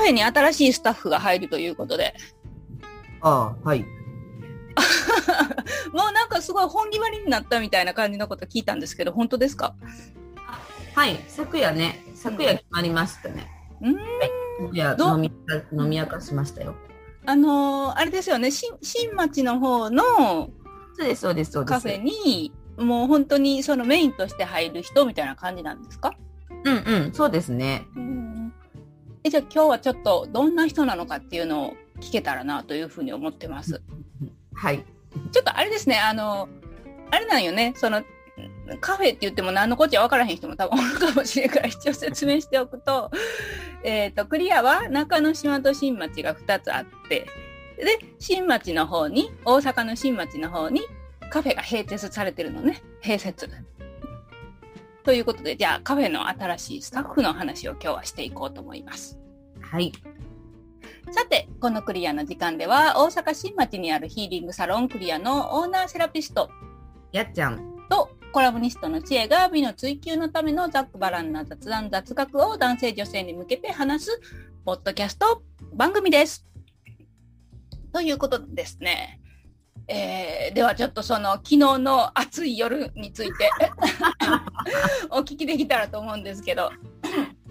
フェに新しいスタッフが入るということで。 ああ、はい。 もうなんかすごい本決まりになったみたいな感じのこと聞いたんですけど、本当ですか？ はい、昨夜決まりましたね。はい、いや、飲み明かしましたよ。 あれですよね、新町の方のそうです。 カフェに、もう本当にそのメインとして入る人みたいな感じなんですか？ そうですね。 じゃあ今日はちょっとどんな人なのかっていうのを聞けたらなというふうに思ってます。 はい。 ちょっとあれですね、あれなんよね、そのカフェって言っても何のこっちゃ分からへん人も多分おるかもしれないから一応説明しておくと、クリアは中之島と新町が2つあって、で、新町の方に、大阪の新町の方にカフェが併設されてるのね。併設。ということで、じゃあカフェの新しいスタッフの話を今日はしていこうと思います。 はい。 さて、このクリアの時間では、大阪新町にあるヒーリングサロンクリアのオーナーセラピスト、 やっちゃんとコラボニストの知恵が美の追求のためのざっくばらんな雑談雑学を男性女性に向けて話すポッドキャスト番組です。ということですね。ではちょっとその昨日の暑い夜についてお聞きできたらと思うんですけど。 はい。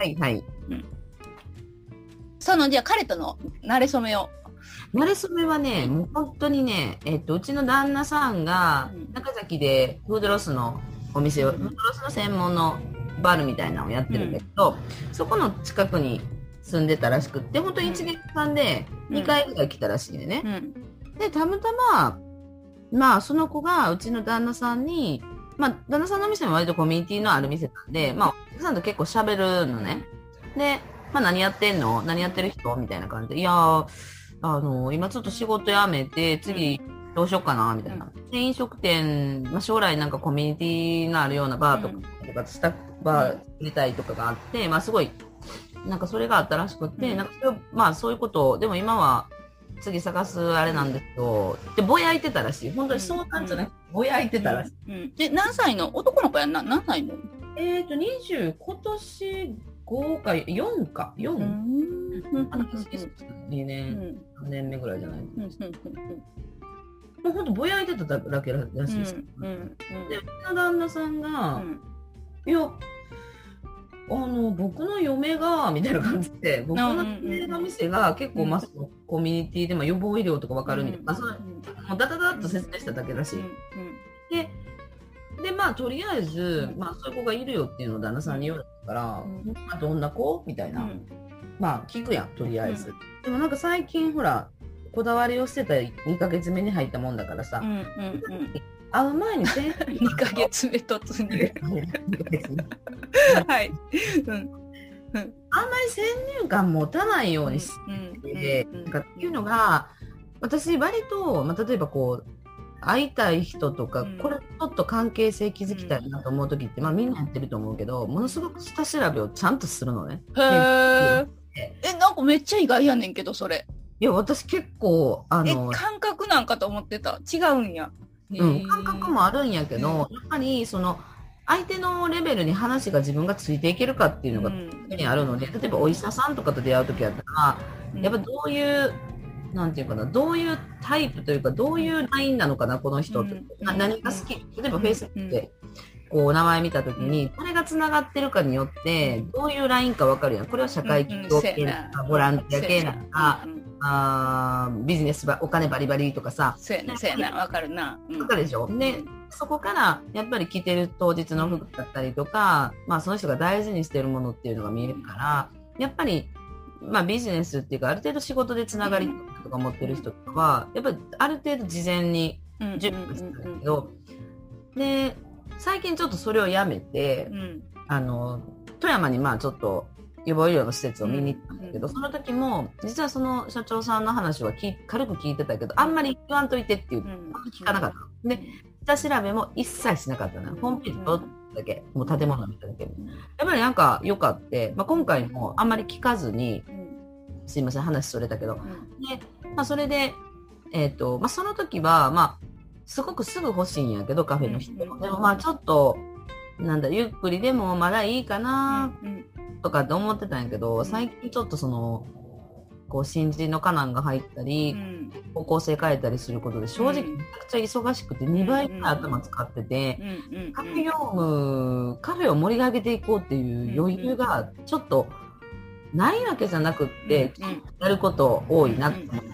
そのじゃあ彼との馴れ初めを。 馴れ初めはね、もう本当にね、うちの旦那さんが中崎でフードロスのお店を、フードロスの専門のバールみたいなのをやってるんだけど、そこの近くに住んでたらしくって、本当に1年間で2回ぐらい来たらしいね。で、たまたま、まあ、その子がうちの旦那さんに、まあ、旦那さんの店も割とコミュニティのある店なんで、まあ、お客さんと結構喋るのね。で、まあ、何やってる人みたいな感じで、いやー、今ちょっと仕事辞めて、次どうしようかなみたいな。で、飲食店、まあ、将来なんかコミュニティのあるようなバーとか、スタッフバー作りたいとかがあって、まあ、すごい、なんかそれがあったらしくて、なんかまあ、そういうことを、でも今は、次探すあれなんですけど、で、ぼやいてたらしい。本当にそうなんじゃなくて、ぼやいてたらしい。 で、何歳の男の子やんな？何歳の 20、今年5か、4か、4。2年、3年目ぐらいじゃないですか。もう本当ぼやいてただけらしいです。で、うちの旦那さんが、いや、僕の嫁が、みたいな感じで、僕の嫁の店が結構、まあ、コミュニティで、まあ、予防医療とかわかるみたいな、もうダダダッと説明しただけだし。で、まあ、とりあえず、まあ、そういう子がいるよっていうのを旦那さんに言われたから、まあ、どんな子みたいな。まあ、聞くやん、とりあえず。でもなんか最近、ほら、こだわりをしてた2ヶ月目に入ったもんだからさ、会う前に 2ヶ月目突入。はい。 あんまり先入観持たないようにして、っていうのが、私割と、まあ、例えばこう、会いたい人とか、これちょっと関係性築きたいなと思う時って、まあみんなやってると思うけど、ものすごく下調べをちゃんとするのね。 なんかめっちゃ意外やねんけど、それ。 いや、私結構、 感覚なんかと思ってた。違うんや。 感覚もあるんやけど、やっぱり、相手のレベルに話が自分がついていけるかっていうのがあるので、例えばお医者さんとかと出会う時やったら、やっぱどういう、なんていうかな、どういうタイプというか、どういうラインなのかな、この人って。何が好き？例えば Facebook で、こう、名前見たときに、誰が繋がってるかによって、どういうラインかわかるやん。これは社会企業系なのか、ボランティア系なのか、ビジネスお金バリバリとかさ。 そうやな、わかるな。 わかるでしょ？で、そこから、やっぱり着てる当日の服だったりとか、まあ、その人が大事にしてるものっていうのが見えるから、やっぱり、まあビジネスっていうかある程度仕事でつながりとか持ってる人とかはやっぱりある程度事前に準備するんだけど、で最近ちょっとそれをやめて、富山にまあちょっと予防医療の施設を見に行ったんだけど、その時も実はその社長さんの話は軽く聞いてたけど、あんまり言わんといてっていう聞かなかった。で下調べも一切しなかったの。ホームページとだけ、もう建物見ただけ。やっぱりなんか良かって、まあ、今回もあんまり聞かずに、すいません、話それたけど。で、まあ、それで、まあ、その時は、まあ、すごくすぐ欲しいんやけど、カフェの人。でもまあ、ちょっと、なんだ、ゆっくりでもまだいいかな、とかって思ってたんやけど、最近ちょっとこう新人のカナンが入ったり、方向性変えたりすることで正直めちゃくちゃ忙しくて2倍ぐらい頭使ってて、カフェを盛り上げていこうっていう余裕がちょっとないわけじゃなくって、やること多いなって思って、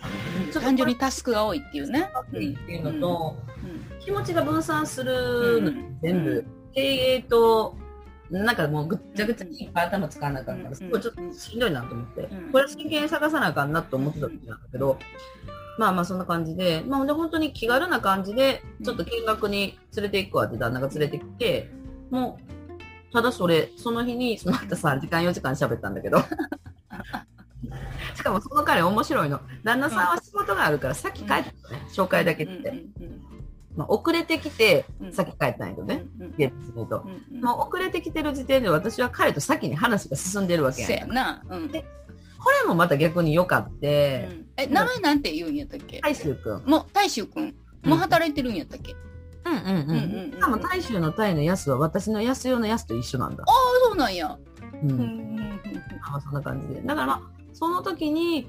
単純にタスクが多いっていうね。 っていうのと、気持ちが分散するの全部、経営となんかもうぐっちゃぐちゃに頭使わなかったらすごいちょっとしんどいなと思って、これ真剣に探さなあかんなと思ってた時なんだけど、まあまあそんな感じで、まあで本当に気軽な感じでちょっと見学に連れて行くわって旦那が連れてきて、もうただその日にその後3時間4時間喋ったんだけどしかもその彼面白いの、旦那さんは仕事があるから先帰ったのね、紹介だけって、まあ、遅れてきて先帰ったんやけどね、現実に言うと、まあ、遅れてきてる時点で私は彼と先に話が進んでるわけやんか。でこれもまた逆に良かって、 名前なんて言うんやったっけ？ 大衆くん。 大衆くんもう働いてるんやったっけ？ しかも大衆の大のやすは私のやす用のやすと一緒なんだ。 ああ、そうなんや。 まあそんな感じで、だからまあその時に、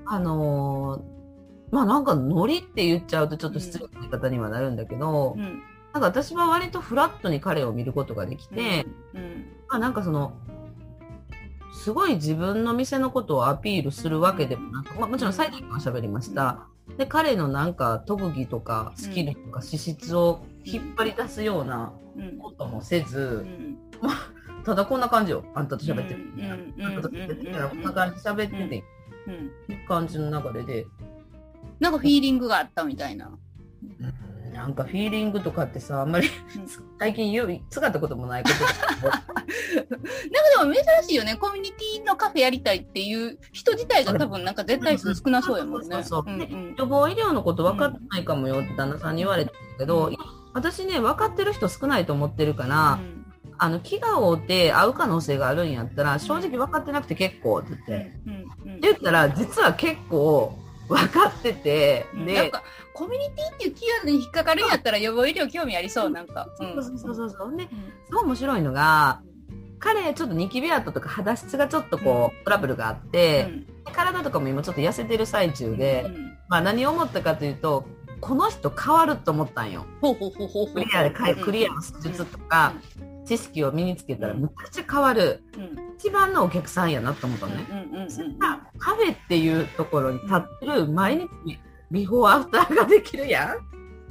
まあなんかノリって言っちゃうとちょっと失礼な言い方にはなるんだけど、なんか私は割とフラットに彼を見ることができて、まあなんかすごい自分の店のことをアピールするわけでもなく、まあもちろん最近は喋りました。で、彼のなんか特技とかスキルとか資質を引っ張り出すようなこともせず、まあただこんな感じよ、あんたと喋ってる。こんな感じで喋ってて、いう感じの流れで。 なんかフィーリングがあったみたいな。 なんかフィーリングとかってさ、あんまり最近使ったこともないことだけど。 なんかでも珍しいよね。コミュニティのカフェやりたいっていう人自体が多分なんか絶対数少なそうやもんね。 予防医療のこと分かってないかもよって旦那さんに言われてるけど、私ね、分かってる人少ないと思ってるから、気が合うて会う可能性があるんやったら、正直分かってなくて結構って言って。言ったら、実は結構分かってて、 で、なんかコミュニティっていうキーワードに引っかかるんやったら予防医療興味ありそう、なんか。 そう。で、すごい面白いのが、彼ちょっとニキビ跡とか肌質がちょっとこう、トラブルがあって、体とかも今ちょっと痩せてる最中で、まあ何を思ったかというと、この人変わると思ったんよ。クリアの施術とか、知識を身につけたらむちゃくちゃ変わる、一番のお客さんやなと思ったのね。カフェっていうところに立ってる毎日ビフォーアフターができるやん。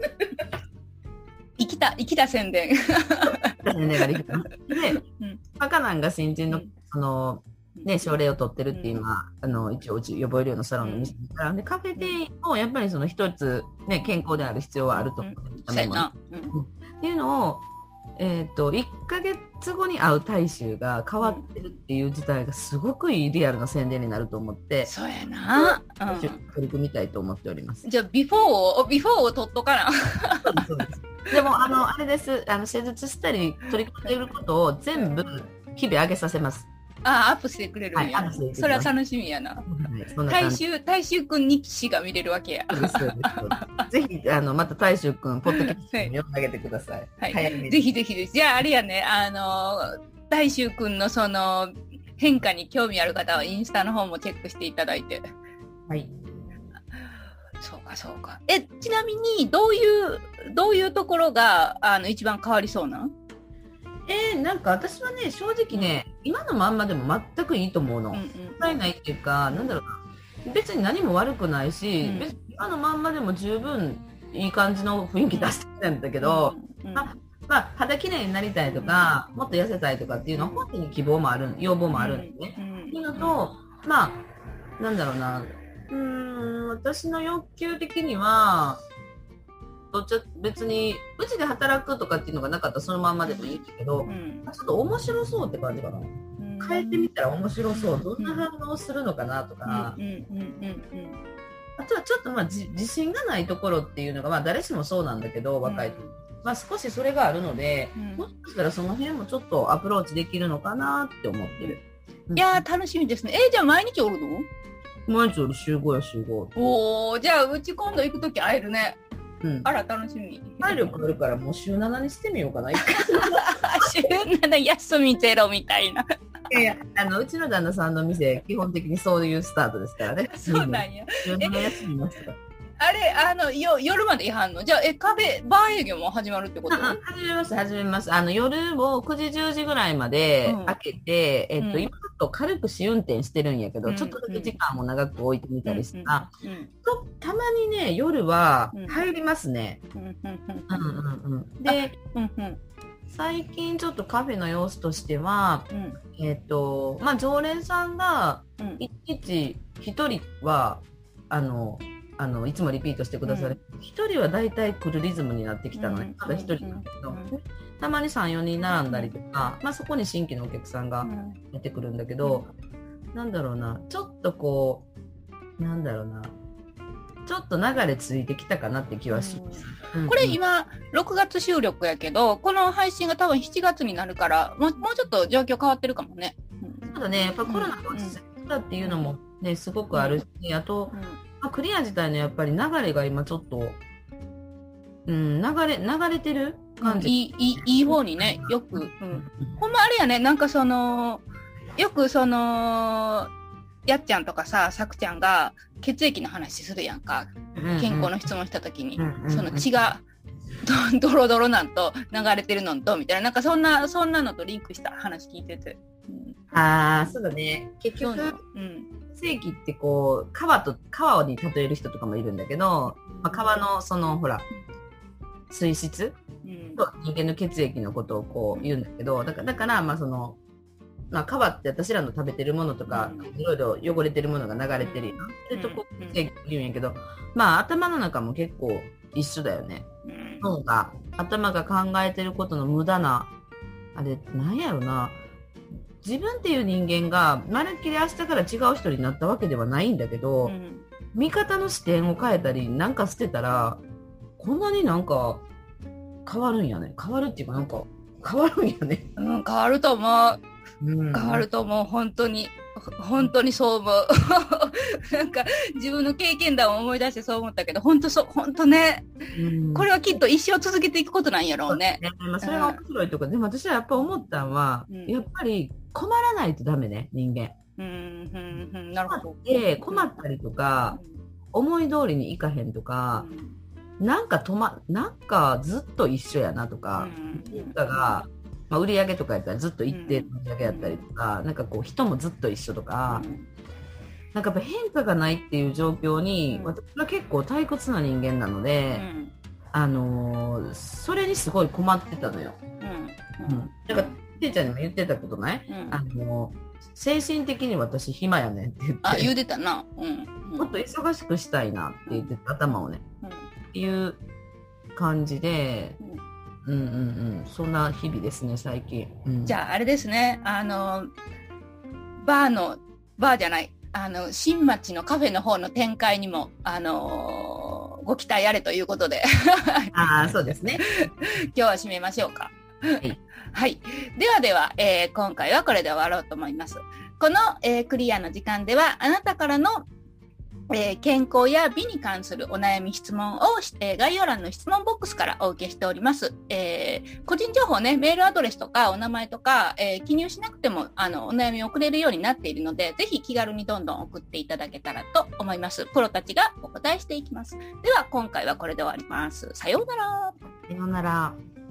生きた宣伝。 宣伝ができた。で、カナンが新人の症例を取ってるって今、一応予防医療のサロンの店から、でカフェ店員もやっぱり一つね健康である必要はあると思う。っていうのを1ヶ月後に会う大衆が変わってるっていう事態がすごくいいリアルな宣伝になると思って、 そうやな。 取り組みたいと思っております。 じゃあビフォーを取っとかな。 そうです。でもあれです。施術したり取り組んでいることを全部日々上げさせます。 アップしてくれるんや。それは楽しみやな。大衆くん日誌が見れるわけや。 ぜひまた大衆くんポッドキャストに読んであげてください。 ぜひぜひです。じゃああれやね、大衆くんのその変化に興味ある方はインスタの方もチェックしていただいて。 はい。 そうか。ちなみにどういうところが一番変わりそうなん？ なんか私はね、正直ね、今のまんまでも全くいいと思うの。もったいないっていうか、なんだろうな。別に何も悪くないし、別に今のまんまでも十分いい感じの雰囲気出してるんだけど、まあ、肌きれいになりたいとか、もっと痩せたいとかっていうのは本当に要望もあるんですね。っていうのと、まあ、なんだろうな。私の欲求的には、別にうちで働くとかっていうのがなかったらそのまんまでもいいんだけど、ちょっと面白そうって感じかな。変えてみたら面白そう、どんな反応するのかなとか、あとはちょっと自信がないところっていうのが、誰しもそうなんだけど、若い時、少しそれがあるので、もしかしたらその辺もちょっとアプローチできるのかなって思ってる。 いやー楽しみですね。じゃあ毎日おるの？ 毎日おる、週5や週5。 おー、じゃあうち今度行くとき会えるね。あら楽しみ。 体力あるからもう週7にしてみようかな。 週7休みゼロみたいな。 いやいや、うちの旦那さんの店、基本的にそういうスタートですからね。 そうなんや。 休みました。 あれ、夜までいはんの？じゃあ、カフェ、バー営業も始まるってこと？ 始めます。夜を9時、10時ぐらいまで開けて、今ちょっと軽く試運転してるんやけど、ちょっとだけ時間も長く置いてみたりしたら、たまにね、夜は入りますね。で、最近ちょっとカフェの様子としては、常連さんが、一日一人は、いつもリピートしてくださる。一人は大体来るリズムになってきたので、ただ一人なんだけど、たまに3、4人並んだりとか、そこに新規のお客さんが出てくるんだけど、なんだろうな、ちょっとこう、なんだろうな、ちょっと流れついてきたかなって気はします。 これ今、6月収録やけど、この配信が多分7月になるから、もうちょっと状況変わってるかもね。 ただね、やっぱコロナが落ち着いたっていうのもね、すごくあるし、あと、クリア自体のやっぱり流れが今ちょっと、流れてる感じ。 いい方にね、よく、ほんまあれやね、なんかよくやっちゃんとかさ、さくちゃんが血液の話するやんか。健康の質問した時に、その血がドロドロなんと流れてるのとみたいな、なんかそんなのとリンクした話聞いてて。 そうだね。結局、血液ってこう川に例える人とかもいるんだけど、川のほら水質と人間の血液のことをこう言うんだけど、だから川って私らの食べてるものとか、いろいろ汚れてるものが流れてるよ。それとこう血液言うんやけど、頭の中も結構一緒だよね。頭が考えてることの無駄な、あれ、なんやろな。自分っていう人間がまるっきり明日から違う人になったわけではないんだけど、見方の視点を変えたり、なんか捨てたら、こんなになんか変わるんやね。変わるっていうかなんか変わるんやね。 変わると思う。変わると思う。本当にそう思う。なんか自分の経験談を思い出してそう思ったけど、本当ね、これはきっと一生続けていくことなんやろうね。 それが面白いとか、でも私はやっぱ思ったのは、やっぱり困らないとダメね、人間。 なるほど。 困ったりとか、思い通りにいかへんとか、なんかずっと一緒やなとか、売り上げとかやったらずっと一定の売り上げやったりとか、なんかこう人もずっと一緒とか、なんかやっぱ変化がないっていう状況に、私は結構退屈な人間なので、それにすごい困ってたのよ。だからてぃちゃんにも言ってたことない？精神的に私暇やねんって言って。 言うてたな。 もっと忙しくしたいなって言ってた、頭をね。っていう感じで、そんな日々ですね、最近。 じゃあ、あれですね、バーじゃない、新町のカフェの方の展開にも、ご期待あれということで。 そうですね。 今日は締めましょうか。はい。では、今回はこれで終わろうと思います。この、クリアの時間では、あなたからの健康や美に関するお悩み質問を、概要欄の質問ボックスからお受けしております。個人情報ね、メールアドレスとかお名前とか、記入しなくてもお悩みを送れるようになっているので、ぜひ気軽にどんどん送っていただけたらと思います。プロたちがお答えしていきます。では今回はこれで終わります。さようなら。 さようなら。